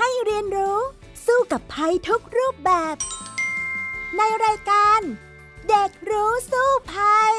ให้เรียนรู้สู้กับภัยทุกรูปแบบในรายการเด็กรู้สู้ภัย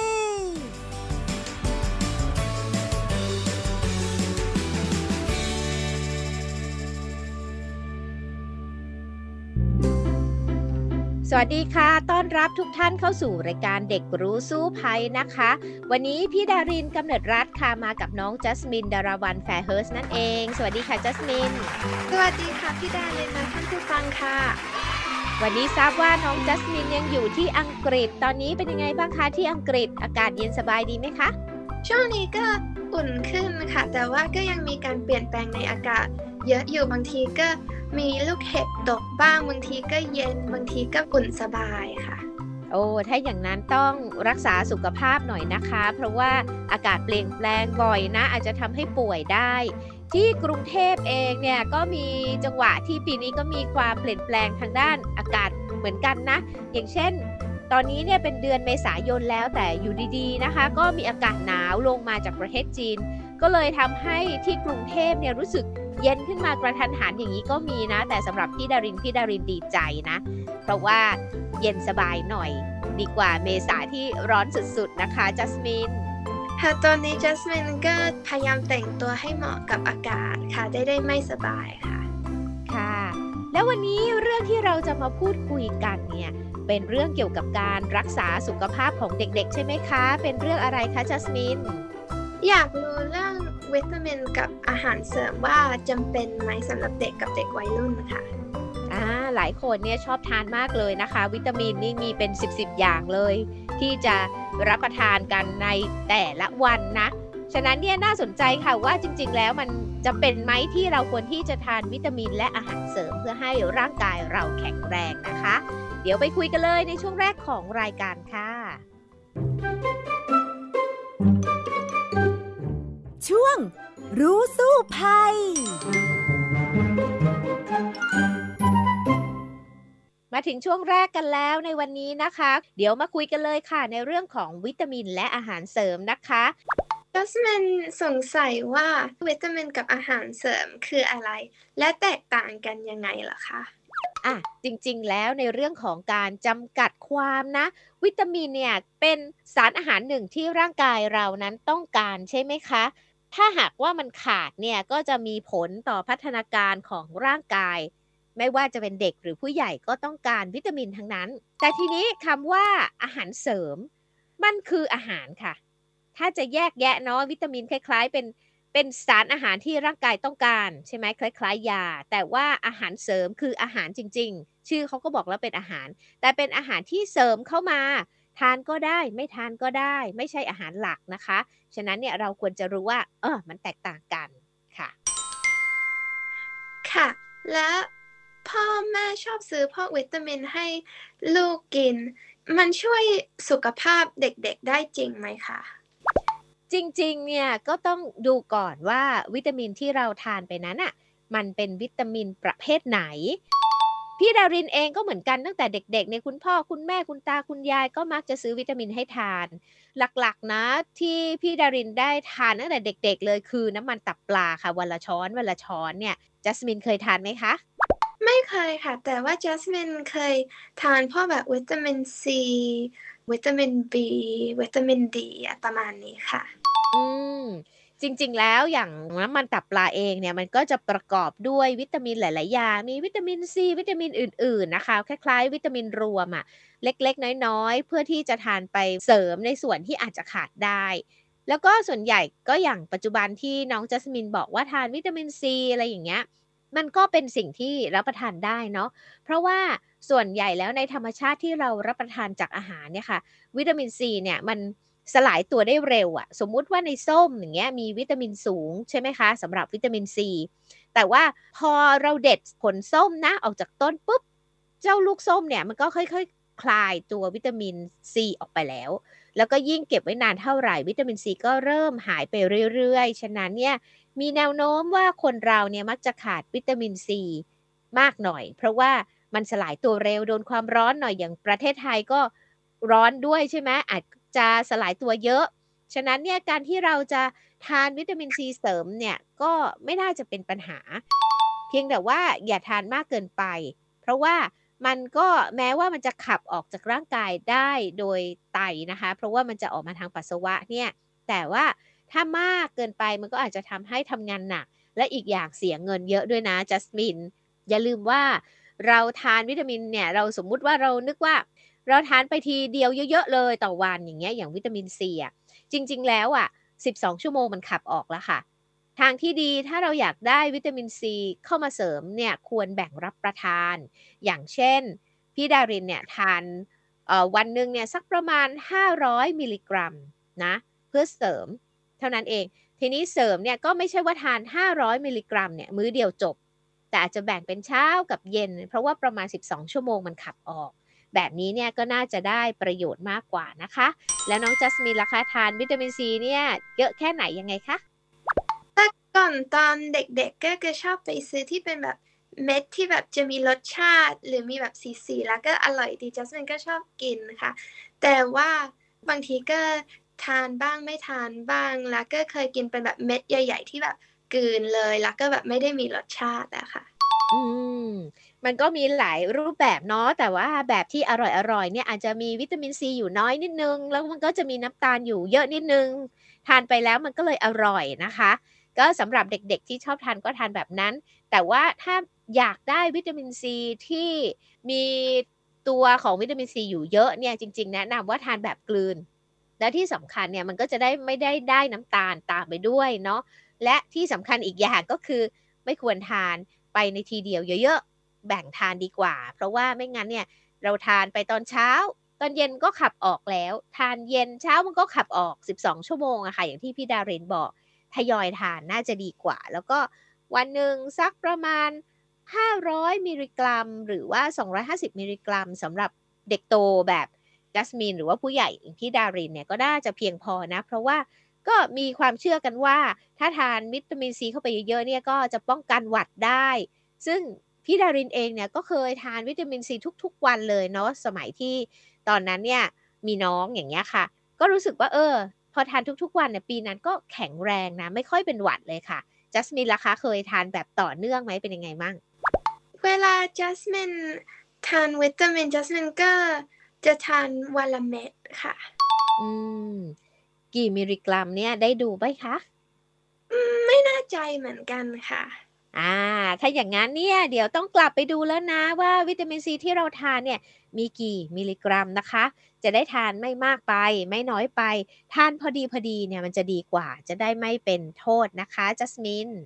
สวัสดีค่ะต้อนรับทุกท่านเข้าสู่รายการเด็กรู้สู้ภัยนะคะวันนี้พี่ดารินกำเนิดรัตน์ค่ะมากับน้องจัสมินดาราวันแฟร์เฮิร์สนั่นเองสวัสดีค่ะจัสมินสวัสดีค่ะพี่ดารินและท่านผู้ฟังค่ะวันนี้ทราบว่าน้องจัสมินยังอยู่ที่อังกฤษตอนนี้เป็นยังไงบ้างคะที่อังกฤษอากาศเย็นสบายดีไหมคะช่วงนี้ก็อุ่นขึ้นค่ะแต่ว่าก็ยังมีการเปลี่ยนแปลงในอากาศเยอะอยู่บางทีก็มีลูกเห็บตกบ้างบางทีก็เย็นบางทีก็อุ่นสบายค่ะโอ้ถ้าอย่างนั้นต้องรักษาสุขภาพหน่อยนะคะเพราะว่าอากาศเปลี่ยนแปลงบ่อยนะอาจจะทำให้ป่วยได้ที่กรุงเทพเองเนี่ยก็มีจังหวะที่ปีนี้ก็มีความเปลี่ยนแปลงทางด้านอากาศเหมือนกันนะอย่างเช่นตอนนี้เนี่ยเป็นเดือนเมษายนแล้วแต่อยู่ดีๆนะคะก็มีอากาศหนาวลงมาจากประเทศจีนก็เลยทำให้ที่กรุงเทพเนี่ยรู้สึกเย็นขึ้นมากระทันหันอย่างนี้ก็มีนะแต่สำหรับพี่ดารินดีใจนะเพราะว่าเย็นสบายหน่อยดีกว่าเมษาที่ร้อนสุดๆนะคะจัสมินค่ะตอนนี้จัสมินก็พยายามแต่งตัวให้เหมาะกับอากาศค่ะได้ไม่สบายค่ะค่ะแล้ววันนี้เรื่องที่เราจะมาพูดคุยกันเนี่ยเป็นเรื่องเกี่ยวกับการรักษาสุขภาพของเด็กๆใช่ไหมคะเป็นเรื่องอะไรคะจัสมินอยากรู้เรื่องวิตามินกับอาหารเสริมว่าจำเป็นไหมสำหรับเด็กกับเด็กวัยรุ่นค่ะหลายคนเนี่ยชอบทานมากเลยนะคะวิตามินนี่มีเป็น10อย่างเลยที่จะรับประทานกันในแต่ละวันนะฉะนั้นเนี่ยน่าสนใจค่ะว่าจริงๆแล้วมันจะเป็นไหมที่เราควรที่จะทานวิตามินและอาหารเสริมเพื่อให้ร่างกายเราแข็งแรงนะคะเดี๋ยวไปคุยกันเลยในช่วงแรกของรายการค่ะช่วงรู้สู้ภัยมาถึงช่วงแรกกันแล้วในวันนี้นะคะเดี๋ยวมาคุยกันเลยค่ะในเรื่องของวิตามินและอาหารเสริมนะคะจัสมินสงสัยว่าวิตามินกับอาหารเสริมคืออะไรและแตกต่างกันยังไงล่ะคะจริงๆแล้วในเรื่องของการจำกัดความนะวิตามินเนี่ยเป็นสารอาหารหนึ่งที่ร่างกายเรานั้นต้องการใช่ไหมคะถ้าหากว่ามันขาดเนี่ยก็จะมีผลต่อพัฒนาการของร่างกายไม่ว่าจะเป็นเด็กหรือผู้ใหญ่ก็ต้องการวิตามินทั้งนั้นแต่ทีนี้คำว่าอาหารเสริมมันคืออาหารค่ะถ้าจะแยกแยะเนาะวิตามินคล้ายๆเป็นสารอาหารที่ร่างกายต้องการใช่ไหมคล้ายๆยาแต่ว่าอาหารเสริมคืออาหารจริงๆชื่อเขาก็บอกแล้วเป็นอาหารแต่เป็นอาหารที่เสริมเข้ามาทานก็ได้ไม่ทานก็ได้ไม่ใช่อาหารหลักนะคะฉะนั้นเนี่ยเราควรจะรู้ว่ามันแตกต่างกันค่ะค่ะและพ่อแม่ชอบซื้อพวกวิตามินให้ลูกกินมันช่วยสุขภาพเด็กๆได้จริงไหมคะจริงๆเนี่ยก็ต้องดูก่อนว่าวิตามินที่เราทานไปนั้นอ่ะมันเป็นวิตามินประเภทไหนพี่ดารินเองก็เหมือนกันตั้งแต่เด็กๆเนี่ยคุณพ่อคุณแม่คุณตาคุณยายก็มักจะซื้อวิตามินให้ทานหลักๆนะที่พี่ดารินได้ทานตั้งแต่เด็กๆเลยคือน้ำมันตับปลาค่ะวันละช้อนเนี่ยจัสมินเคยทานไหมคะไม่เคยค่ะแต่ว่าจัสมินเคยทานพวกแบบวิตามินซีวิตามินบีวิตามินดีประมาณนี้ค่ะอืมจริงๆแล้วอย่างน้ำมันตับปลาเองเนี่ยมันก็จะประกอบด้วยวิตามินหลายๆอย่างมีวิตามินซีวิตามินอื่นๆนะคะคล้ายๆวิตามินรวมอะเล็กๆน้อยๆเพื่อที่จะทานไปเสริมในส่วนที่อาจจะขาดได้แล้วก็ส่วนใหญ่ก็อย่างปัจจุบันที่น้องจัสมินบอกว่าทานวิตามินซีอะไรอย่างเงี้ยมันก็เป็นสิ่งที่รับประทานได้เนาะเพราะว่าส่วนใหญ่แล้วในธรรมชาติที่เรารับประทานจากอาหารเนี่ยค่ะวิตามินซีเนี่ยมันสลายตัวได้เร็วอะสมมุติว่าในส้มอย่างเงี้ยมีวิตามินสูงใช่ไหมคะสำหรับวิตามินซีแต่ว่าพอเราเด็ดผลส้มนะออกจากต้นปุ๊บเจ้าลูกส้มเนี่ยมันก็ค่อยๆคลายตัววิตามินซีออกไปแล้วก็ยิ่งเก็บไว้นานเท่าไหร่วิตามินซีก็เริ่มหายไปเรื่อยๆฉะนั้นเนี่ยมีแนวโน้มว่าคนเราเนี่ยมักจะขาดวิตามินซีมากหน่อยเพราะว่ามันสลายตัวเร็วโดนความร้อนหน่อยอย่างประเทศไทยก็ร้อนด้วยใช่ไหมอาจจะสลายตัวเยอะฉะนั้นเนี่ยการที่เราจะทานวิตามินซีเสริมเนี่ยก็ไม่น่าจะเป็นปัญหาเพียงแต่ว่าอย่าทานมากเกินไปเพราะว่ามันก็แม้ว่ามันจะขับออกจากร่างกายได้โดยไตนะคะเพราะว่ามันจะออกมาทางปัสสาวะเนี่ยแต่ว่าถ้ามากเกินไปมันก็อาจจะทำให้ทำงานหนักและอีกอย่างเสียเงินเยอะด้วยนะจัสมินอย่าลืมว่าเราทานวิตามินเนี่ยเราสมมุติว่าเรานึกว่าเราทานไปทีเดียวเยอะๆเลยต่อวันอย่างเงี้ยอย่างวิตามินซีอ่ะจริงๆแล้วอ่ะ12ชั่วโมงมันขับออกแล้วค่ะทางที่ดีถ้าเราอยากได้วิตามินซีเข้ามาเสริมเนี่ยควรแบ่งรับประทานอย่างเช่นพี่ดารินเนี่ยทานวันหนึ่งเนี่ยสักประมาณ500มิลลิกรัมนะเพื่อเสริมเท่านั้นเองทีนี้เสริมเนี่ยก็ไม่ใช่ว่าทาน500มิลลิกรัมเนี่ยมื้อเดียวจบแต่อาจจะแบ่งเป็นเช้ากับเย็นเพราะว่าประมาณ12ชั่วโมงมันขับออกแบบนี้เนี่ยก็น่าจะได้ประโยชน์มากกว่านะคะแล้วน้องจัสมินล่ะคะทานวิตามินซีเนี่ยเยอะแค่ไหนยังไงคะก่อนตอนเด็กๆก็ชอบไปซื้อที่เป็นแบบเม็ดที่แบบจะมีรสชาติหรือมีแบบสีแล้วก็อร่อยดีจัสมินก็ชอบกินค่ะแต่ว่าบางทีก็ทานบ้างไม่ทานบ้างแล้วก็เคยกินเป็นแบบเม็ดใหญ่ๆที่แบบกลืนเลยแล้วก็แบบไม่ได้มีรสชาติอะค่ะอืมมันก็มีหลายรูปแบบเนาะแต่ว่าแบบที่อร่อยๆเนี่ยอาจจะมีวิตามินซีอยู่น้อยนิดนึงแล้วมันก็จะมีน้ำตาลอยู่เยอะนิดนึงทานไปแล้วมันก็เลยอร่อยนะคะก็สำหรับเด็กๆที่ชอบทานก็ทานแบบนั้นแต่ว่าถ้าอยากได้วิตามินซีที่มีตัวของวิตามินซีอยู่เยอะเนี่ยจริงๆแนะนำว่าทานแบบกลืนและที่สำคัญเนี่ยมันก็จะได้ไม่ได้น้ำตาลตามไปด้วยเนาะและที่สำคัญอีกอย่างก็คือไม่ควรทานไปในทีเดียวเยอะๆแบ่งทานดีกว่าเพราะว่าไม่งั้นเนี่ยเราทานไปตอนเช้าตอนเย็นก็ขับออกแล้วทานเย็นเช้ามันก็ขับออก12ชั่วโมงอะค่ะอย่างที่พี่ดารินบอกทยอยทานน่าจะดีกว่าแล้วก็วันหนึ่งสักประมาณ500มิลลิกรัมหรือว่า250มิลลิกรัมสำหรับเด็กโตแบบจัสมินหรือว่าผู้ใหญ่อย่างพี่ดารินเนี่ยก็น่าจะเพียงพอนะเพราะว่าก็มีความเชื่อกันว่าถ้าทานวิตามินซีเข้าไปเยอะๆเนี่ยก็จะป้องกันหวัดได้ซึ่งพี่ดารินเองเนี่ยก็เคยทานวิตามินซีทุกๆวันเลยเนาะสมัยที่ตอนนั้นเนี่ยมีน้องอย่างเงี้ยค่ะก็รู้สึกว่าพอทานทุกๆวันเนี่ยปีนั้นก็แข็งแรงนะไม่ค่อยเป็นหวัดเลยค่ะจัสมินล่ะคะเคยทานแบบต่อเนื่องไหมเป็นยังไงมั่งเวลาจัสมินทานวิตามินจัสมินก็จะทานวันละเม็ดค่ะอืมกี่มิลลิกรัมเนี่ยได้ดูไหมคะไม่แน่ใจเหมือนกันค่ะอ่าถ้าอย่างงั้นเนี่ยเดี๋ยวต้องกลับไปดูแล้วนะว่าวิตามินซีที่เราทานเนี่ยมีกี่มิลลิกรัมนะคะจะได้ทานไม่มากไปไม่น้อยไปทานพอดีเนี่ยมันจะดีกว่าจะได้ไม่เป็นโทษนะคะจัสมิน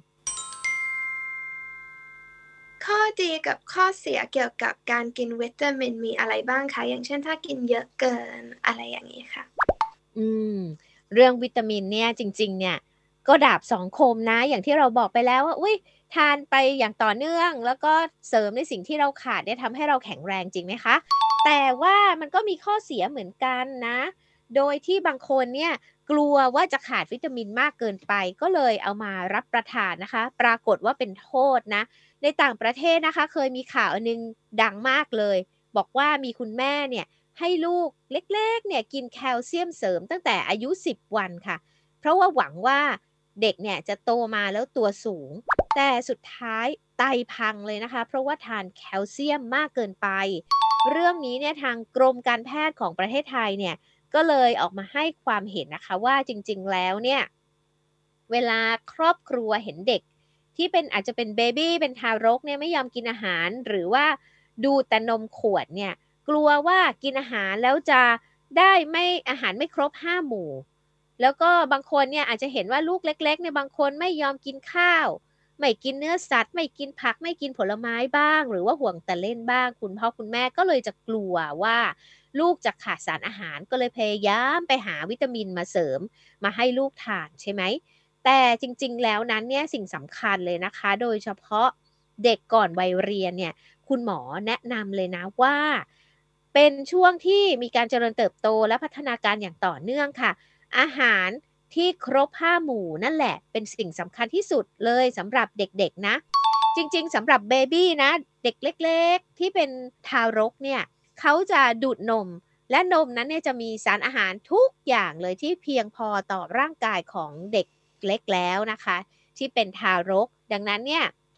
ข้อดีกับข้อเสียเกี่ยวกับการกินวิตามินมีอะไรบ้างคะอย่างเช่นถ้ากินเยอะเกินอะไรอย่างนี้ค่ะอืมเรื่องวิตามินเนี่ยจริงๆเนี่ยก็ดาบสองคมนะอย่างที่เราบอกไปแล้วว่าอุ๊ยทานไปอย่างต่อเนื่องแล้วก็เสริมในสิ่งที่เราขาดเนี่ยทำให้เราแข็งแรงจริงไหมคะแต่ว่ามันก็มีข้อเสียเหมือนกันนะโดยที่บางคนเนี่ยกลัวว่าจะขาดวิตามินมากเกินไปก็เลยเอามารับประทานนะคะปรากฏว่าเป็นโทษนะในต่างประเทศนะคะเคยมีข่าวอันนึงดังมากเลยบอกว่ามีคุณแม่เนี่ย ให้ลูกเล็กๆเนี่ยกินแคลเซียมเสริมตั้งแต่อายุ10วันค่ะเพราะว่าหวังว่าเด็กเนี่ยจะโตมาแล้วตัวสูงแต่สุดท้ายไตพังเลยนะคะเพราะว่าทานแคลเซียมมากเกินไปเรื่องนี้เนี่ยทางกรมการแพทย์ของประเทศไทยเนี่ยก็เลยออกมาให้ความเห็นนะคะว่าจริงๆแล้วเนี่ยเวลาครอบครัวเห็นเด็กที่เป็นอาจจะเป็นเบบี้เป็นทารกเนี่ยไม่ยอมกินอาหารหรือว่าดูแต่นมขวดเนี่ย กลัวว่ากินอาหารแล้วจะได้ไม่อาหารไม่ครบ5หมู่แล้วก็บางคนเนี่ยอาจจะเห็นว่าลูกเล็กๆเนี่ยบางคนไม่ยอมกินข้าวไม่กินเนื้อสัตว์ไม่กินผักไม่กินผลไม้บ้างหรือว่าห่วงแต่เล่นบ้างคุณพ่อคุณแม่ก็เลยจะกลัวว่าลูกจะขาดสารอาหารก็เลยพยายามไปหาวิตามินมาเสริมมาให้ลูกทานใช่ไหมแต่จริงๆแล้วนั้นเนี่ยสิ่งสำคัญเลยนะคะโดยเฉพาะเด็กก่อนวัยเรียนเนี่ยคุณหมอแนะนำเลยนะว่า เป็นช่วงที่มีการเจริญเติบโตและพัฒนาการอย่างต่อเนื่องค่ะอาหารที่ครบ5หมู่นั่นแหละเป็นสิ่งสำคัญที่สุดเลยสำหรับเด็กๆนะจริงๆสำหรับเบบี้นะเด็กเล็กๆที่เป็นทารกเนี่ยเขาจะดูดนมและนมนั้นเนี่ยจะมีสารอาหารทุกอย่างเลยที่เพียงพอต่อร่างกายของเด็กเล็กแล้วนะคะที่เป็นทารกดังนั้นเนี่ย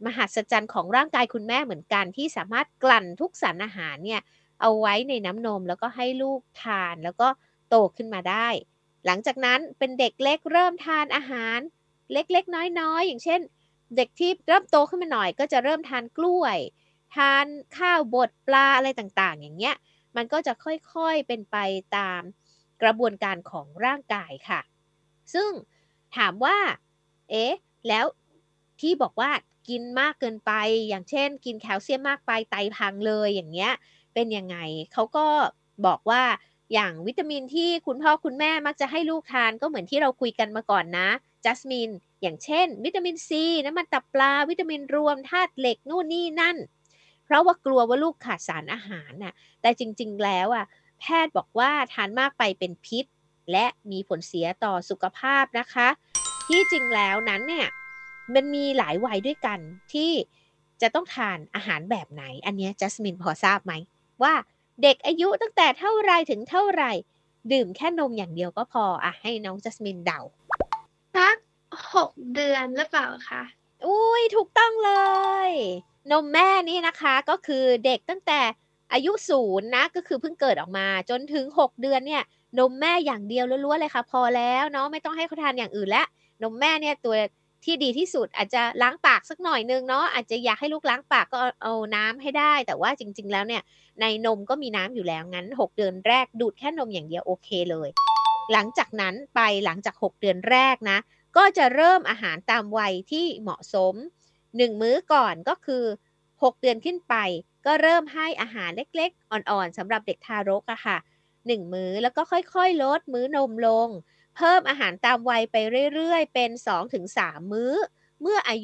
มหัศจรรย์ของร่างกายคุณแม่เหมือนกันที่สามารถกลั่นทุกสารอาหารเนี่ยเอาไว้ในน้ำนมแล้วก็ให้ลูกทานแล้วก็โตขึ้นมาได้หลังจากนั้นเป็นเด็กเล็กเริ่มทานอาหารเล็กๆน้อยๆอย่างเช่นเด็กที่เริ่มโตขึ้นมาหน่อยก็จะเริ่มทานกล้วยทานข้าวบดปลาอะไรต่างๆอย่างเงี้ยมันก็จะค่อยๆเป็นไปตามกระบวนการของร่างกายค่ะซึ่งถามว่าแล้วที่บอกว่ากินมากเกินไปอย่างเช่นกินแคลเซียมมากไปไตพังเลยอย่างเงี้ยเป็นยังไงเขาก็บอกว่าอย่างวิตามินที่คุณพ่อคุณแม่มักจะให้ลูกทานก็เหมือนที่เราคุยกันมาก่อนนะจัสมินอย่างเช่นวิตามินซีน้ำมันตับปลาวิตามินรวมธาตุเหล็กนู่นนี่นั่นเพราะว่ากลัวว่าลูกขาดสารอาหารน่ะแต่จริงๆแล้วแพทย์บอกว่าทานมากไปเป็นพิษและมีผลเสียต่อสุขภาพนะคะที่จริงแล้วนั้นเนี่ยมันมีหลายวัยด้วยกันที่จะต้องทานอาหารแบบไหนอันนี้จัสมินพอทราบไหมว่าเด็กอายุตั้งแต่เท่าไรถึงเท่าไรดื่มแค่นมอย่างเดียวก็พอให้น้องจัสมินเดาสัก6 เดือนหรือเปล่าคะอุ้ยถูกต้องเลยนมแม่นี่นะคะก็คือเด็กตั้งแต่อายุ0นะก็คือเพิ่งเกิดออกมาจนถึง6 เดือนเนี่ยนมแม่อย่างเดียวล้วนๆเลยค่ะพอแล้วเนาะไม่ต้องให้เขาทานอย่างอื่นแล้วนมแม่เนี่ยตัวที่ดีที่สุดอาจจะล้างปากสักหน่อยนึงเนาะอาจจะอยากให้ลูกล้างปากก็เอาน้ำให้ได้แต่ว่าจริงๆแล้วเนี่ยในนมก็มีน้ำอยู่แล้วงั้น6 เดือนแรกดูดแค่นมอย่างเดียวโอเคเลยหลังจากนั้นไปหลังจาก6 เดือนแรกนะก็จะเริ่มอาหารตามวัยที่เหมาะสม1 มื้อก่อนก็คือ6 เดือนขึ้นไปก็เริ่มให้อาหารเล็กๆอ่อนๆสำหรับเด็กทารกค่ะ1 มื้อแล้วก็ค่อยๆลดมื้อนมลงเพิ่มอาหารตามวัยไปเรื่อยๆเป็น 2-3 มื้อเมื่ออายุ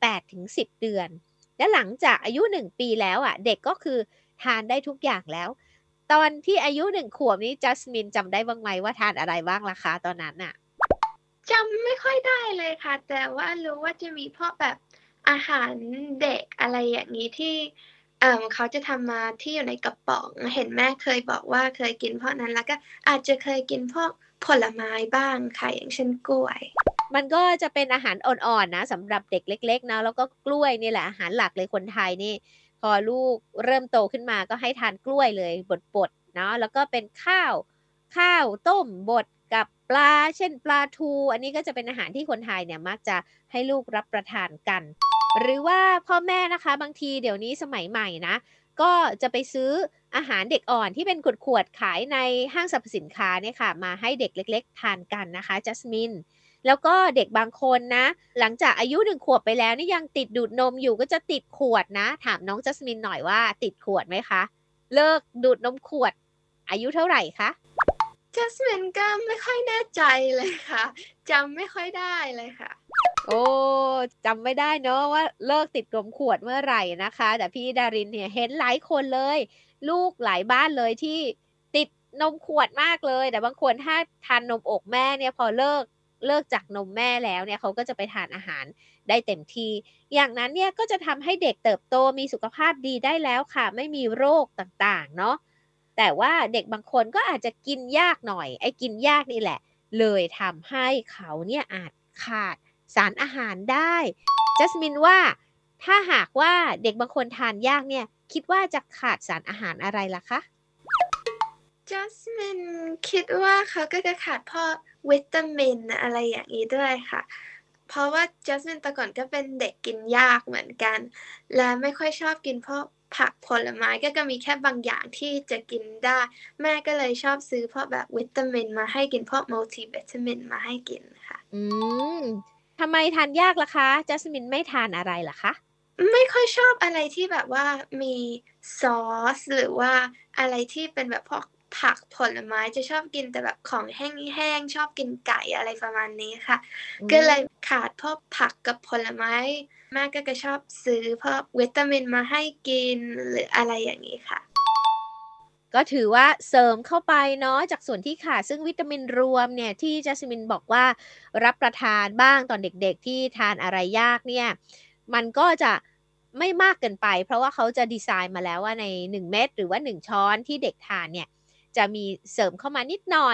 8-10 เดือนและหลังจากอายุ 1 ปีแล้วเด็กก็คือทานได้ทุกอย่างแล้วตอนที่อายุ1 ขวบนี้จัสมินจำได้บ้างไหมว่าทานอะไรบ้างล่ะคะตอนนั้นจำไม่ค่อยได้เลยค่ะแต่ว่ารู้ว่าจะมีพวกแบบอาหารเด็กอะไรอย่างนี้ที่เขาจะทำมาที่อยู่ในกระป๋องเห็นแม่เคยบอกว่าเคยกินพวกนั้นแล้วก็อาจจะเคยกินพวกผลไม้บ้างค่ะอย่างเช่นกล้วยมันก็จะเป็นอาหารอ่อนๆนะสำหรับเด็กเล็กๆนะแล้วก็กล้วยนี่แหละอาหารหลักเลยคนไทยนี่พอลูกเริ่มโตขึ้นมาก็ให้ทานกล้วยเลยบดๆเนาะแล้วก็เป็นข้าวต้มบดกับปลาเช่นปลาทูอันนี้ก็จะเป็นอาหารที่คนไทยเนี่ยมักจะให้ลูกรับประทานกันหรือว่าพ่อแม่นะคะบางทีเดี๋ยวนี้สมัยใหม่นะก็จะไปซื้ออาหารเด็กอ่อนที่เป็นขวดๆขายในห้างสรรพสินค้าเนี่ยค่ะมาให้เด็กเล็กๆทานกันนะคะจัสมินแล้วก็เด็กบางคนนะหลังจากอายุ1 ขวบไปแล้วนี่ยังติดดูดนมอยู่ก็จะติดขวดนะถามน้องจัสมินหน่อยว่าติดขวดไหมคะเลิกดูดนมขวดอายุเท่าไหร่คะจัสมินก็ไม่ค่อยแน่ใจเลยค่ะจำไม่ค่อยได้เลยค่ะโอ้จำไม่ได้เนอะว่าเลิกติดนมขวดเมื่อไหร่นะคะแต่พี่ดารินเนี่ยเห็นหลายคนเลยลูกหลายบ้านเลยที่ติดนมขวดมากเลยแต่บางคนถ้าทานนมอกแม่เนี่ยพอเลิกจากนมแม่แล้วเนี่ยเขาก็จะไปทานอาหารได้เต็มที่อย่างนั้นเนี่ยก็จะทำให้เด็กเติบโตมีสุขภาพดีได้แล้วค่ะไม่มีโรคต่างๆเนาะแต่ว่าเด็กบางคนก็อาจจะกินยากหน่อยไอ้กินยากนี่แหละเลยทำให้เขาเนี่ยอาจขาดสารอาหารได้จัสมินว่าถ้าหากว่าเด็กบางคนทานยากเนี่ยคิดว่าจะขาดสารอาหารอะไรล่ะคะจัสมินคิดว่าเขาก็จะขาดพวกวิตามินอะไรอย่างนี้ด้วยค่ะเพราะว่าจัสมินแต่ก่อนก็เป็นเด็กกินยากเหมือนกันและไม่ค่อยชอบกินพวกผักผลไม้ก็มีแค่บางอย่างที่จะกินได้แม่ก็เลยชอบซื้อพวกแบบวิตามินมาให้กินพวกมัลติวิตามินมาให้กินค่ะมทำไมทานยากล่ะคะจัสมินไม่ทานอะไรล่ะคะไม่ค่อยชอบอะไรที่แบบว่ามีซอสหรือว่าอะไรที่เป็นแบบพวกผักผลไม้จะชอบกินแต่แบบของแห้งๆชอบกินไก่อะไรประมาณนี้ค่ะก็เลยขาดพวกผักกับผลไม้แม่ก็จะชอบซื้อพวกวิตามินมาให้กินหรืออะไรอย่างนี้ค่ะก็ถือว่าเสริมเข้าไปเนาะจากส่วนที่ขาดซึ่งวิตามินรวมเนี่ยที่จัสมินบอกว่ารับประทานบ้างตอนเด็กๆที่ทานอะไรยากเนี่ยมันก็จะไม่มากเกินไปเพราะว่าเขาจะดีไซน์มาแล้วว่าใน1 เม็ดหรือว่า1 ช้อนที่เด็กทานเนี่ยจะมีเสริมเข้ามานิดหน่อย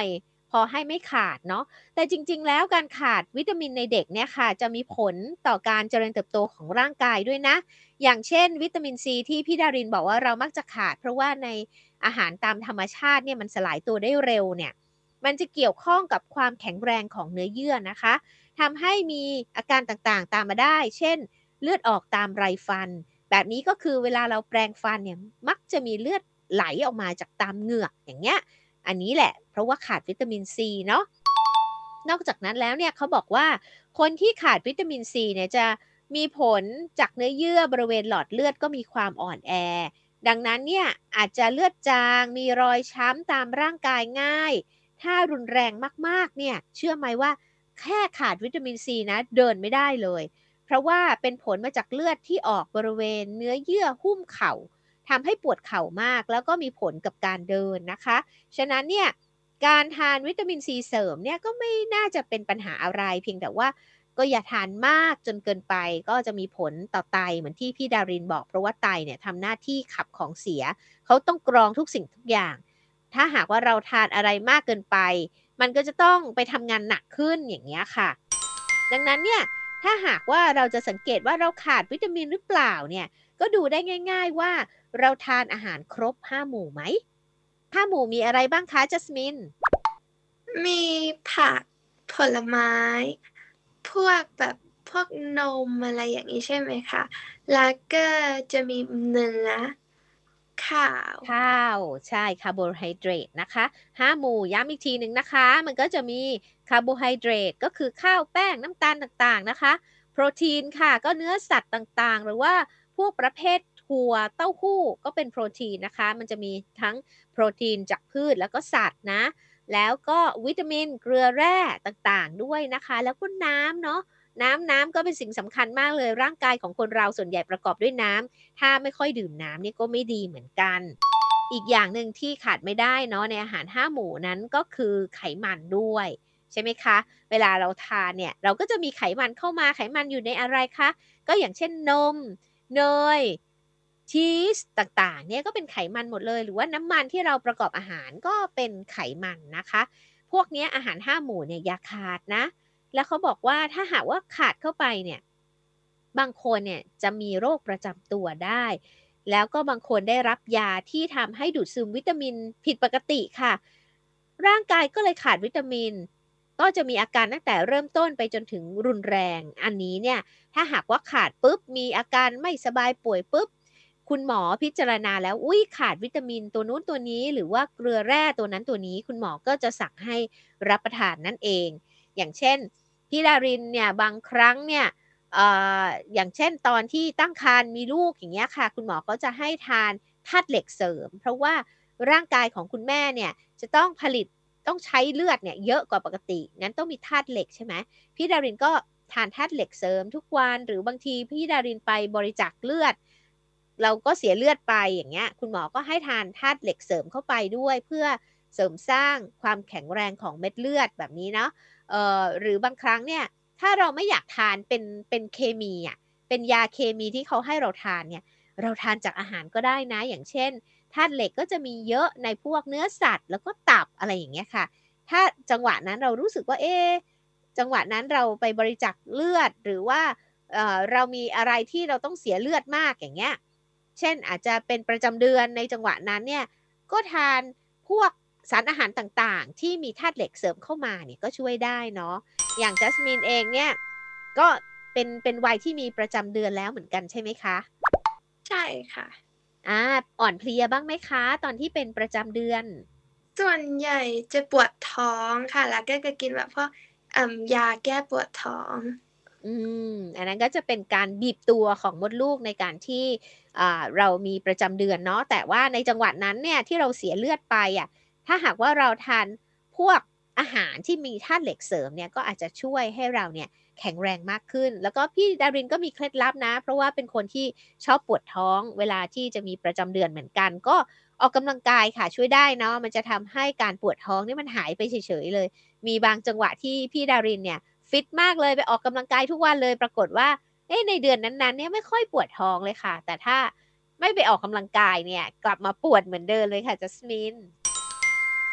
พอให้ไม่ขาดเนาะแต่จริงๆแล้วการขาดวิตามินในเด็กเนี่ยค่ะจะมีผลต่อการเจริญเติบโตของร่างกายด้วยนะอย่างเช่นวิตามินซีที่พี่ดารินบอกว่าเรามักจะขาดเพราะว่าในอาหารตามธรรมชาติเนี่ยมันสลายตัวได้เร็วเนี่ยมันจะเกี่ยวข้องกับความแข็งแรงของเนื้อเยื่อนะคะทำให้มีอาการต่างๆตามมาได้เช่นเลือดออกตามไรฟันแบบนี้ก็คือเวลาเราแปรงฟันเนี่ยมักจะมีเลือดไหลออกมาจากตามเหงือกอย่างเงี้ยอันนี้แหละเพราะว่าขาดวิตามินซีเนาะนอกจากนั้นแล้วเนี่ยเขาบอกว่าคนที่ขาดวิตามินซีเนี่ยจะมีผลจากเนื้อเยื่อบริเวณหลอดเลือดก็มีความอ่อนแอดังนั้นเนี่ยอาจจะเลือดจางมีรอยช้ำตามร่างกายง่ายถ้ารุนแรงมากๆเนี่ยเชื่อไหมว่าแค่ขาดวิตามินซีนะเดินไม่ได้เลยเพราะว่าเป็นผลมาจากเลือดที่ออกบริเวณเนื้อเยื่อหุ้มเข่าทำให้ปวดเข่ามากแล้วก็มีผลกับการเดินนะคะฉะนั้นเนี่ยการทานวิตามินซีเสริมเนี่ยก็ไม่น่าจะเป็นปัญหาอะไรเพียงแต่ว่าก็อย่าทานมากจนเกินไปก็จะมีผลต่อไตเหมือนที่พี่ดารินบอกเพราะว่าไตเนี่ยทำหน้าที่ขับของเสียเขาต้องกรองทุกสิ่งทุกอย่างถ้าหากว่าเราทานอะไรมากเกินไปมันก็จะต้องไปทำงานหนักขึ้นอย่างเงี้ยค่ะดังนั้นเนี่ยถ้าหากว่าเราจะสังเกตว่าเราขาดวิตามินหรือเปล่าเนี่ยก็ดูได้ง่ายๆว่าเราทานอาหารครบ5หมู่ไหม5หมู่มีอะไรบ้างคะจัสมินมีผักผลไม้พวกแบบพวกนมอะไรอย่างนี้ใช่ไหมคะแล้วก็จะมีเนื้อข้าวข้าวใช่คาร์โบไฮเดรตนะคะ5หมู่ย้ำอีกทีหนึ่งนะคะมันก็จะมีคาร์โบไฮเดรตก็คือข้าวแป้งน้ำตาลต่างๆนะคะโปรตีนค่ะก็เนื้อสัตว์ต่างๆหรือว่าพวกประเภทถั่วเต้าหู้ก็เป็นโปรตีนนะคะมันจะมีทั้งโปรตีนจากพืชแล้วก็สัตว์นะแล้วก็วิตามินเกลือแร่ต่างๆด้วยนะคะแล้วก็น้ำเนาะน้ำก็เป็นสิ่งสำคัญมากเลยร่างกายของคนเราส่วนใหญ่ประกอบด้วยน้ำถ้าไม่ค่อยดื่มน้ำนี่ก็ไม่ดีเหมือนกันอีกอย่างหนึ่งที่ขาดไม่ได้เนาะในอาหาร5หมู่นั้นก็คือไขมันด้วยใช่ไหมคะเวลาเราทานเนี่ยเราก็จะมีไขมันเข้ามาไขมันอยู่ในอะไรคะก็อย่างเช่นนมเนยชีสต่างๆเนี่ยก็เป็นไขมันหมดเลยหรือว่าน้ำมันที่เราประกอบอาหารก็เป็นไขมันนะคะพวกนี้อาหาร5หมู่เนี่ยอย่าขาดนะแล้วเขาบอกว่าถ้าหากว่าขาดเข้าไปเนี่ยบางคนเนี่ยจะมีโรคประจำตัวได้แล้วก็บางคนได้รับยาที่ทำให้ดูดซึมวิตามินผิดปกติค่ะร่างกายก็เลยขาดวิตามินก็จะมีอาการตั้งแต่เริ่มต้นไปจนถึงรุนแรงอันนี้เนี่ยถ้าหากว่าขาดปุ๊บมีอาการไม่สบายป่วยปุ๊บคุณหมอพิจารณาแล้วอุ้ยขาดวิตามินตัวนู้นตัวนี้หรือว่าเกลือแร่ตัวนั้นตัวนี้คุณหมอก็จะสั่งให้รับประทานนั่นเองอย่างเช่นพี่ดารินเนี่ยบางครั้งเนี่ยอย่างเช่นตอนที่ตั้งครรภ์มีลูกอย่างเงี้ยค่ะคุณหมอก็จะให้ทานธาตุเหล็กเสริมเพราะว่าร่างกายของคุณแม่เนี่ยจะต้องผลิตต้องใช้เลือดเนี่ยเยอะกว่าปกติงั้นต้องมีธาตุเหล็กใช่ไหมพี่ดารินก็ทานธาตุเหล็กเสริมทุกวันหรือบางทีพี่ดารินไปบริจาคเลือดเราก็เสียเลือดไปอย่างเงี้ยคุณหมอก็ให้ทานธาตุเหล็กเสริมเข้าไปด้วยเพื่อเสริมสร้างความแข็งแรงของเม็ดเลือดแบบนี้เนาะหรือบางครั้งเนี่ยถ้าเราไม่อยากทานเป็นเคมีอ่ะเป็นยาเคมีที่เขาให้เราทานเนี่ยเราทานจากอาหารก็ได้นะอย่างเช่นธาตุเหล็กก็จะมีเยอะในพวกเนื้อสัตว์แล้วก็ตับอะไรอย่างเงี้ยค่ะถ้าจังหวะนั้นเรารู้สึกว่าจังหวะนั้นเราไปบริจาคเลือดหรือว่าเรามีอะไรที่เราต้องเสียเลือดมากอย่างเงี้ยเช่นอาจจะเป็นประจำเดือนในจังหวะนั้นเนี่ยก็ทานพวกสารอาหารต่างๆที่มีธาตุเหล็กเสริมเข้ามาเนี่ยก็ช่วยได้เนาะ อย่างจัสมินเองเนี่ยก็เป็นวัยที่มีประจำเดือนแล้วเหมือนกันใช่ไหมคะใช่ค่ะอ่อนเพลียบ้างไหมคะตอนที่เป็นประจำเดือนส่วนใหญ่จะปวดท้องค่ะแล้วก็จะกินแบบพวกยาแก้ปวดท้องอันนั้นก็จะเป็นการบีบตัวของมดลูกในการที่เรามีประจำเดือนเนาะแต่ว่าในจังหวะนั้นเนี่ยที่เราเสียเลือดไปถ้าหากว่าเราทานพวกอาหารที่มีธาตุเหล็กเสริมเนี่ยก็อาจจะช่วยให้เราเนี่ยแข็งแรงมากขึ้นแล้วก็พี่ดารินก็มีเคล็ดลับนะเพราะว่าเป็นคนที่ชอบปวดท้องเวลาที่จะมีประจำเดือนเหมือนกันก็ออกกำลังกายค่ะช่วยได้เนาะมันจะทำให้การปวดท้องนี่มันหายไปเฉยๆเลยมีบางจังหวะที่พี่ดารินเนี่ยฟิตมากเลยไปออกกำลังกายทุกวันเลยปรากฏว่าในเดือนนั้นๆเนี่ยไม่ค่อยปวดท้องเลยค่ะแต่ถ้าไม่ไปออกกำลังกายเนี่ยกลับมาปวดเหมือนเดิมเลยค่ะจัสมิน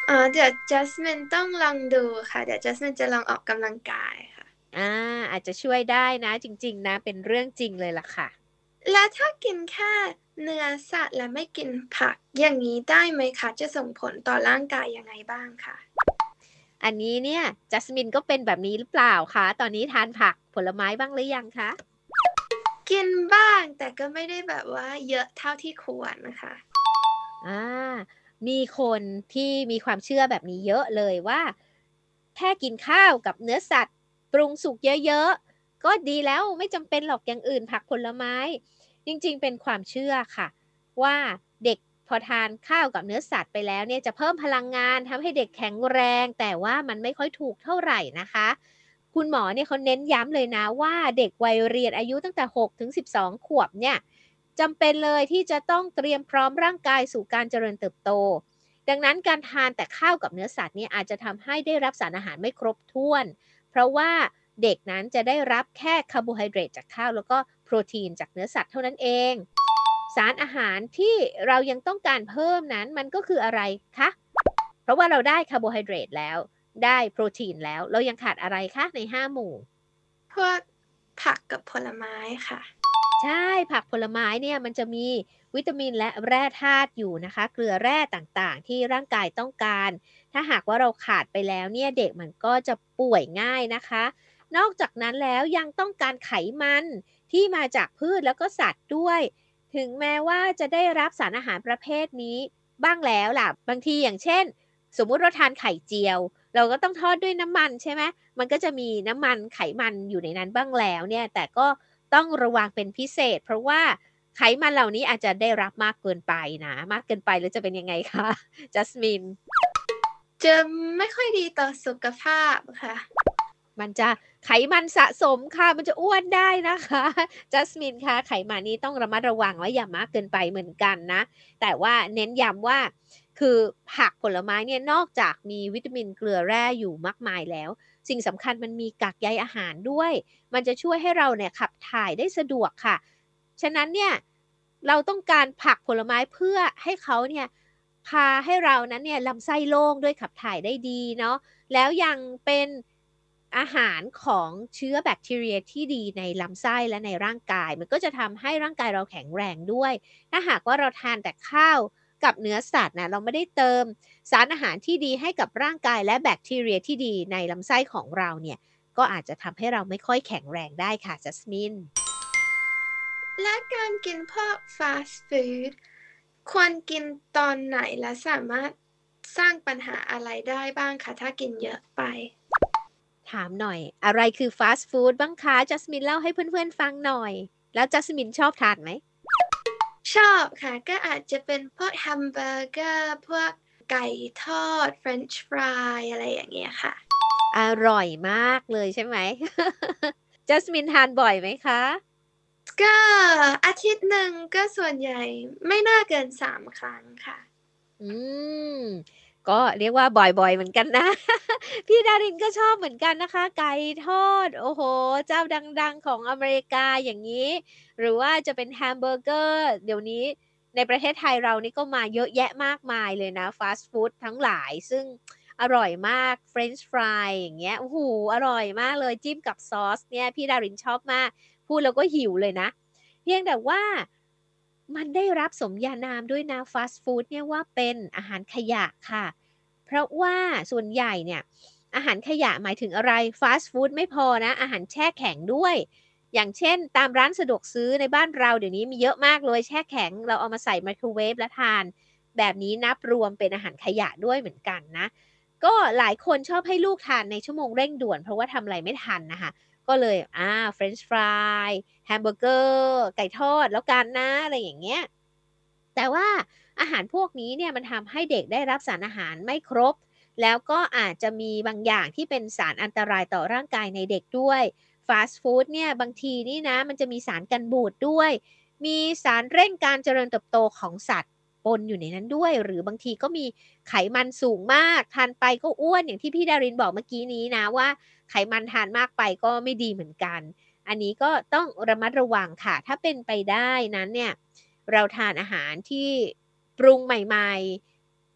เดี๋ยวจัสมินต้องลองดูค่ะเดี๋ยวจัสมินจะลองออกกำลังกายค่ะอาจจะช่วยได้นะจริงๆนะเป็นเรื่องจริงเลยล่ะค่ะแล้วถ้ากินแค่เนื้อสัตว์และไม่กินผักอย่างนี้ได้ไหมคะจะส่งผลต่อร่างกายยังไงบ้างคะอันนี้เนี่ยจัสมินก็เป็นแบบนี้หรือเปล่าคะตอนนี้ทานผักผลไม้บ้างหรือยังคะกินบ้างแต่ก็ไม่ได้แบบว่าเยอะเท่าที่ควรนะคะอามีคนที่มีความเชื่อแบบนี้เยอะเลยว่าแค่กินข้าวกับเนื้อสัตว์ปรุงสุกเยอะๆก็ดีแล้วไม่จำเป็นหรอกอย่างอื่นผักผลไม้จริงๆเป็นความเชื่อค่ะว่าเด็กพอทานข้าวกับเนื้อสัตว์ไปแล้วเนี่ยจะเพิ่มพลังงานทำให้เด็กแข็งแรงแต่ว่ามันไม่ค่อยถูกเท่าไหร่นะคะคุณหมอเนี่ยเขาเน้นย้ำเลยนะว่าเด็กวัยเรียนอายุตั้งแต่6ถึง12ขวบเนี่ย จำเป็นเลยที่จะต้องเตรียมพร้อมร่างกายสู่การเจริญเติบโต ดังนั้นการทานแต่ข้าวกับเนื้อสัตว์เนี่ยอาจจะทำให้ได้รับสารอาหารไม่ครบถ้วน เพราะว่าเด็กนั้นจะได้รับแค่คาร์โบไฮเดรตจากข้าวแล้วก็โปรตีนจากเนื้อสัตว์เท่านั้นเอง สารอาหารที่เรายังต้องการเพิ่มนั้นมันก็คืออะไรคะ เพราะว่าเราได้คาร์โบไฮเดรตแล้วได้โปรตีนแล้วเรายังขาดอะไรคะใน5หมู่พวกผักกับผลไม้ค่ะใช่ผักผลไม้เนี่ยมันจะมีวิตามินและแร่ธาตุอยู่นะคะเกลือแร่ต่างๆที่ร่างกายต้องการถ้าหากว่าเราขาดไปแล้วเนี่ยเด็กมันก็จะป่วยง่ายนะคะนอกจากนั้นแล้วยังต้องการไขมันที่มาจากพืชแล้วก็สัตว์ด้วยถึงแม้ว่าจะได้รับสารอาหารประเภทนี้บ้างแล้วล่ะบางทีอย่างเช่นสมมุติเราทานไข่เจียวเราก็ต้องทอดด้วยน้ำมันใช่ไหมมันก็จะมีน้ำมันไขมันอยู่ในนั้นบ้างแล้วเนี่ยแต่ก็ ต้องระวังเป็นพิเศษเพราะว่าไขมันเหล่านี้อาจจะได้รับมากเกินไปนะมากเกินไปแล้วจะเป็นยังไงคะจัสมินจะไม่ค่อยดีต่อสุขภาพค่ะมันจะไขมันสะสมค่ะมันจะอ้วนได้นะคะจัสมินคะไขมันนี้ต้องระมัดระวังว่าอย่ามากเกินไปเหมือนกันนะแต่ว่าเน้นย้ำว่าคือผักผลไม้เนี่ยนอกจากมีวิตามินเกลือแร่อยู่มากมายแล้วสิ่งสำคัญมันมีกากใยอาหารด้วยมันจะช่วยให้เราเนี่ยขับถ่ายได้สะดวกค่ะ ฉะนั้นเนี่ยเราต้องการผักผลไม้เพื่อให้เขาเนี่ยพาให้เรานั้นเนี่ยลำไส้โล่งด้วยขับถ่ายได้ดีเนาะแล้วยังเป็นอาหารของเชื้อแบคทีเรียที่ดีในลำไส้และในร่างกายมันก็จะทำให้ร่างกายเราแข็งแรงด้วยถ้าหากว่าเราทานแต่ข้าวกับเนื้อสัตว์นะเราไม่ได้เติมสารอาหารที่ดีให้กับร่างกายและแบคทีเรียที่ดีในลำไส้ของเราเนี่ยก็อาจจะทำให้เราไม่ค่อยแข็งแรงได้ค่ะจัสมินและการกินพวกฟาสต์ฟู้ดควรกินตอนไหนและสามารถสร้างปัญหาอะไรได้บ้างคะถ้ากินเยอะไปถามหน่อยอะไรคือฟาสต์ฟู้ดบ้างคะจัสมินเล่าให้เพื่อนๆฟังหน่อยแล้วจัสมินชอบทานไหมชอบค่ะก็อาจจะเป็นพวกแฮมเบอร์เกอร์พวกไก่ทอดเฟรนช์ฟรายอะไรอย่างเงี้ยค่ะอร่อยมากเลยใช่ไหมจัสมินทานบ่อยไหมคะก็อาทิตย์หนึ่งก็ส่วนใหญ่ไม่น่าเกิน3 ครั้งค่ะอืมก็เรียกว่าบ่อยๆเหมือนกันนะพี่ดารินก็ชอบเหมือนกันนะคะไก่ทอดโอ้โฮเจ้าดังๆของอเมริกาอย่างงี้หรือว่าจะเป็นแฮมเบอร์เกอร์เดี๋ยวนี้ในประเทศไทยเรานี่ก็มาเยอะแยะมากมายเลยนะฟาสต์ฟูดทั้งหลายซึ่งอร่อยมากเฟรนช์ฟรายอย่างเงี้ยโอ้โฮอร่อยมากเลยจิ้มกับซอสเนี่ยพี่ดารินชอบมากพูดแล้วก็หิวเลยนะเพียงแต่ว่ามันได้รับสมญานามด้วยนะฟาสต์ฟูดเนี่ยว่าเป็นอาหารขยะค่ะ เพราะว่าส่วนใหญ่เนี่ยอาหารขยะหมายถึงอะไรฟาสต์ฟูดไม่พอนะอาหารแช่แข็งด้วยอย่างเช่นตามร้านสะดวกซื้อในบ้านเราเดี๋ยวนี้มีเยอะมากเลยแช่แข็งเราเอามาใส่ไมโครเวฟแล้วทานแบบนี้นับรวมเป็นอาหารขยะด้วยเหมือนกันนะก็หลายคนชอบให้ลูกทานในชั่วโมงเร่งด่วนเพราะว่าทำอะไรไม่ทันนะคะก็เลยเฟรนช์ฟรายแฮมเบอร์เกอร์ไก่ทอดแล้วกันนะอะไรอย่างเงี้ยแต่ว่า อาหารพวกนี้เนี่ยมันทำให้เด็กได้รับสารอาหารไม่ครบแล้วก็อาจจะมีบางอย่างที่เป็นสารอันตรายต่อร่างกายในเด็กด้วยฟาสต์ฟู้ดเนี่ยบางทีนี่นะมันจะมีสารกันบูดด้วยมีสารเร่งการเจริญเติบโตของสัตว์ปนอยู่ในนั้นด้วยหรือบางทีก็มีไขมันสูงมากทานไปก็อ้วนอย่างที่พี่ดารินบอกเมื่อกี้นี้นะว่าไขมันทานมากไปก็ไม่ดีเหมือนกันอันนี้ก็ต้องระมัดระวังค่ะถ้าเป็นไปได้นั้นเนี่ยเราทานอาหารที่ ปรุงใหม่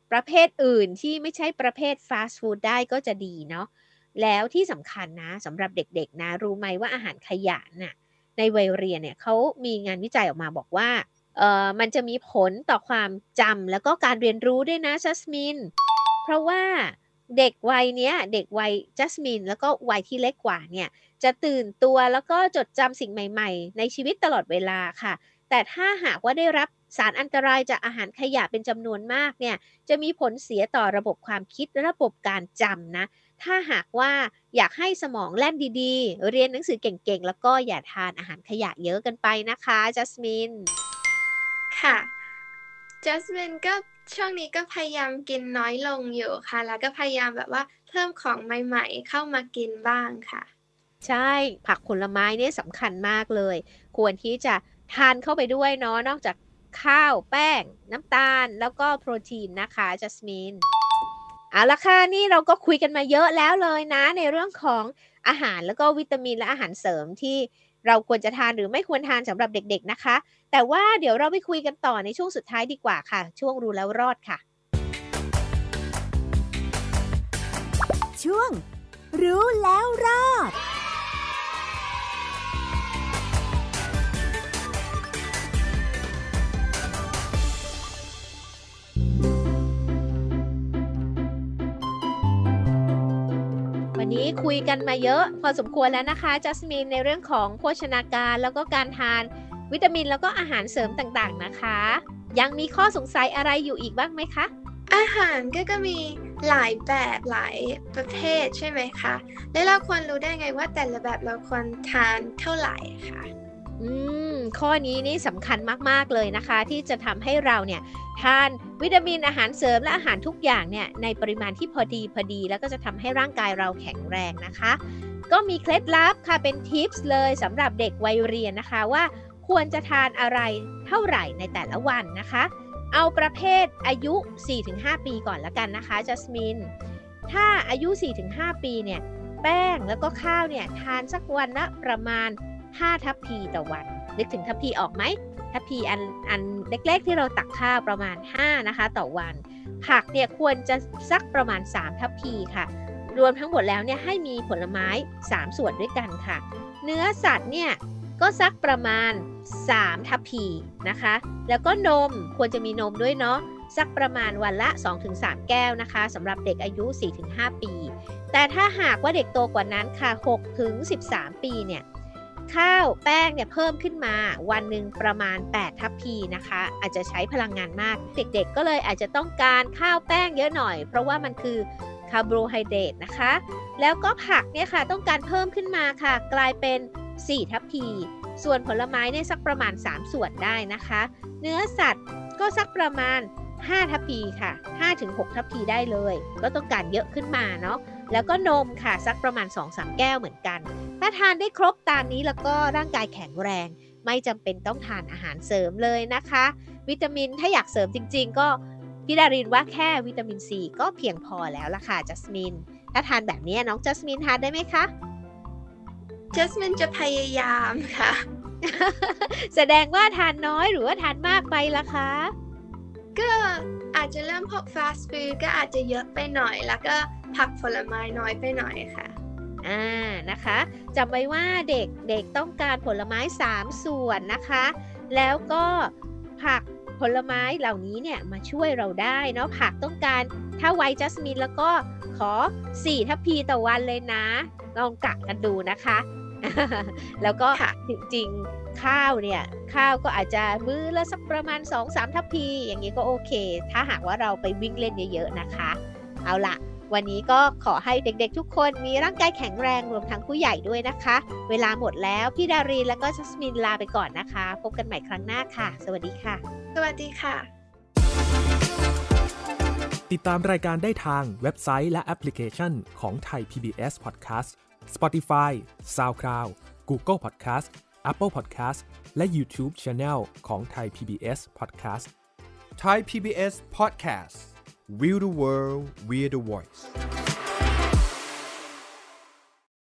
ประเภทอื่นที่ไม่ใช่ประเภทฟาสต์ฟู้ดได้ก็จะดีเนาะแล้วที่สำคัญนะสำหรับเด็กๆนะรู้ไหมว่าอาหารขยะน่ะในวัยเรียนเนี่ยเขามีงานวิจัยออกมาบอกว่ามันจะมีผลต่อความจำแล้วก็การเรียนรู้ด้วยนะจัสมินเพราะว่าเด็กวัยเนี้ยเด็กวัยจัสมินแล้วก็วัยที่เล็กกว่าเนี่ยจะตื่นตัวแล้วก็จดจำสิ่งใหม่ๆในชีวิตตลอดเวลาค่ะแต่ถ้าหากว่าได้รับสารอันตรายจากอาหารขยะเป็นจำนวนมากเนี่ยจะมีผลเสียต่อระบบความคิดและระบบการจำนะถ้าหากว่าอยากให้สมองแล่นดีๆเรียนหนังสือเก่งๆแล้วก็อย่าทานอาหารขยะเยอะเกินไปนะคะจัสมินค่ะจัสมินก็ช่วงนี้ก็พยายามกินน้อยลงอยู่ค่ะแล้วก็พยายามแบบว่าเพิ่มของใหม่ๆเข้ามากินบ้างค่ะใช่ผักผลไม้เนี่ยสำคัญมากเลยควรที่จะทานเข้าไปด้วยเนาะนอกจากข้าวแป้งน้ำตาลแล้วก็โปรตีนนะคะจัสมินเอาละค่ะนี่เราก็คุยกันมาเยอะแล้วเลยนะในเรื่องของอาหารแล้วก็วิตามินและอาหารเสริมที่เราควรจะทานหรือไม่ควรทานสำหรับเด็กๆนะคะแต่ว่าเดี๋ยวเราไปคุยกันต่อในช่วงสุดท้ายดีกว่าค่ะช่วงรู้แล้วรอดค่ะช่วงรู้แล้วรอดวันนี้คุยกันมาเยอะพอสมควรแล้วนะคะจัสมินในเรื่องของโภชนาการแล้วก็การทานวิตามินแล้วก็อาหารเสริมต่างๆนะคะยังมีข้อสงสัยอะไรอยู่อีกบ้างไหมคะอาหารก็มีหลายแบบหลายประเภทใช่ไหมคะแล้วเราควรรู้ได้ไงว่าแต่ละแบบเราควรทานเท่าไหร่คะข้อนี้นี่สำคัญมากๆเลยนะคะที่จะทำให้เราเนี่ยทานวิตามินอาหารเสริมและอาหารทุกอย่างเนี่ยในปริมาณที่พอดีแล้วก็จะทำให้ร่างกายเราแข็งแรงนะคะก็มีเคล็ดลับค่ะเป็นทิปส์เลยสำหรับเด็กวัยเรียนนะคะว่าควรจะทานอะไรเท่าไหร่ในแต่ละวันนะคะเอาประเภทอายุ 4-5 ปีก่อนละกันนะคะจัสมินถ้าอายุ 4-5 ปีเนี่ยแป้งแล้วก็ข้าวเนี่ยทานสักวันละประมาณ5 ทัพพีต่อวันนึกถึงทัพพีออกไหมทัพพีอันเล็กๆที่เราตักข้าวประมาณ5นะคะต่อวันผักเนี่ยควรจะสักประมาณ3 ทัพพีค่ะรวมทั้งหมดแล้วเนี่ยให้มีผลไม้3 ส่วนด้วยกันค่ะเนื้อสัตว์เนี่ยก็สักประมาณ3 ทัพพีนะคะแล้วก็นมควรจะมีนมด้วยเนาะสักประมาณวันละ 2-3 แก้วนะคะสำหรับเด็กอายุ 4-5 ปีแต่ถ้าหากว่าเด็กโตกว่านั้นค่ะ 6-13 ปีเนี่ยข้าวแป้งเนี่ยเพิ่มขึ้นมาวันหนึ่งประมาณ8 ทัพพีนะคะอาจจะใช้พลังงานมากเด็กๆก็เลยอาจจะต้องการข้าวแป้งเยอะหน่อยเพราะว่ามันคือคาร์โบไฮเดรตนะคะแล้วก็ผักเนี่ยค่ะต้องการเพิ่มขึ้นมาค่ะกลายเป็น4 ทัพพีส่วนผลไม้เนี่ยสักประมาณ3 ส่วนได้นะคะเนื้อสัตว์ก็สักประมาณ5 ทัพพีค่ะ 5-6 ทัพพีได้เลยก็ต้องการเยอะขึ้นมาเนาะแล้วก็นมค่ะสักประมาณ 2-3 แก้วเหมือนกันถ้าทานได้ครบตามนี้แล้วก็ร่างกายแข็งแรงไม่จำเป็นต้องทานอาหารเสริมเลยนะคะวิตามินถ้าอยากเสริมจริงๆก็พี่ดารินว่าแค่วิตามินซีก็เพียงพอแล้วล่ะค่ะจัสมินถ้าทานแบบนี้น้องจัสมินทานได้ไหมคะจัสมินจะพยายามค่ะแสดงว่าทานน้อยหรือว่าทานมากไปล่ะคะก็อาจจะเริ่มพวกฟาสต์ฟู้ดก็อาจจะเยอะไปหน่อยแล้วก็ผักผลไม้น้อยไปหน่อยค่ะนะคะจำไว้ว่าเด็กต้องการผลไม้3 ส่วนนะคะแล้วก็ผักผลไม้เหล่านี้เนี่ยมาช่วยเราได้เนาะผักต้องการถ้าวัยจัสมินแล้วก็ขอ4 ทัพพีต่อวันเลยนะลองกะกันดูนะคะ แล้วก็จริงๆข้าวเนี่ยข้าวก็อาจจะมื้อละสักประมาณ 2-3 ทัพพีอย่างนี้ก็โอเคถ้าหากว่าเราไปวิ่งเล่นเยอะๆนะคะเอาล่ะวันนี้ก็ขอให้เด็กๆทุกคนมีร่างกายแข็งแรงรวมทั้งผู้ใหญ่ด้วยนะคะเวลาหมดแล้วพี่ดารีแล้วก็จัสมินลาไปก่อนนะคะพบกันใหม่ครั้งหน้าค่ะสวัสดีค่ะสวัสดีค่ะติดตามรายการได้ทางเว็บไซต์และแอปพลิเคชันของ Thai PBS Podcast Spotify SoundCloud Google Podcast Apple Podcast และ YouTube Channel ของ Thai PBS Podcast Thai PBS Podcast We the World We the Voice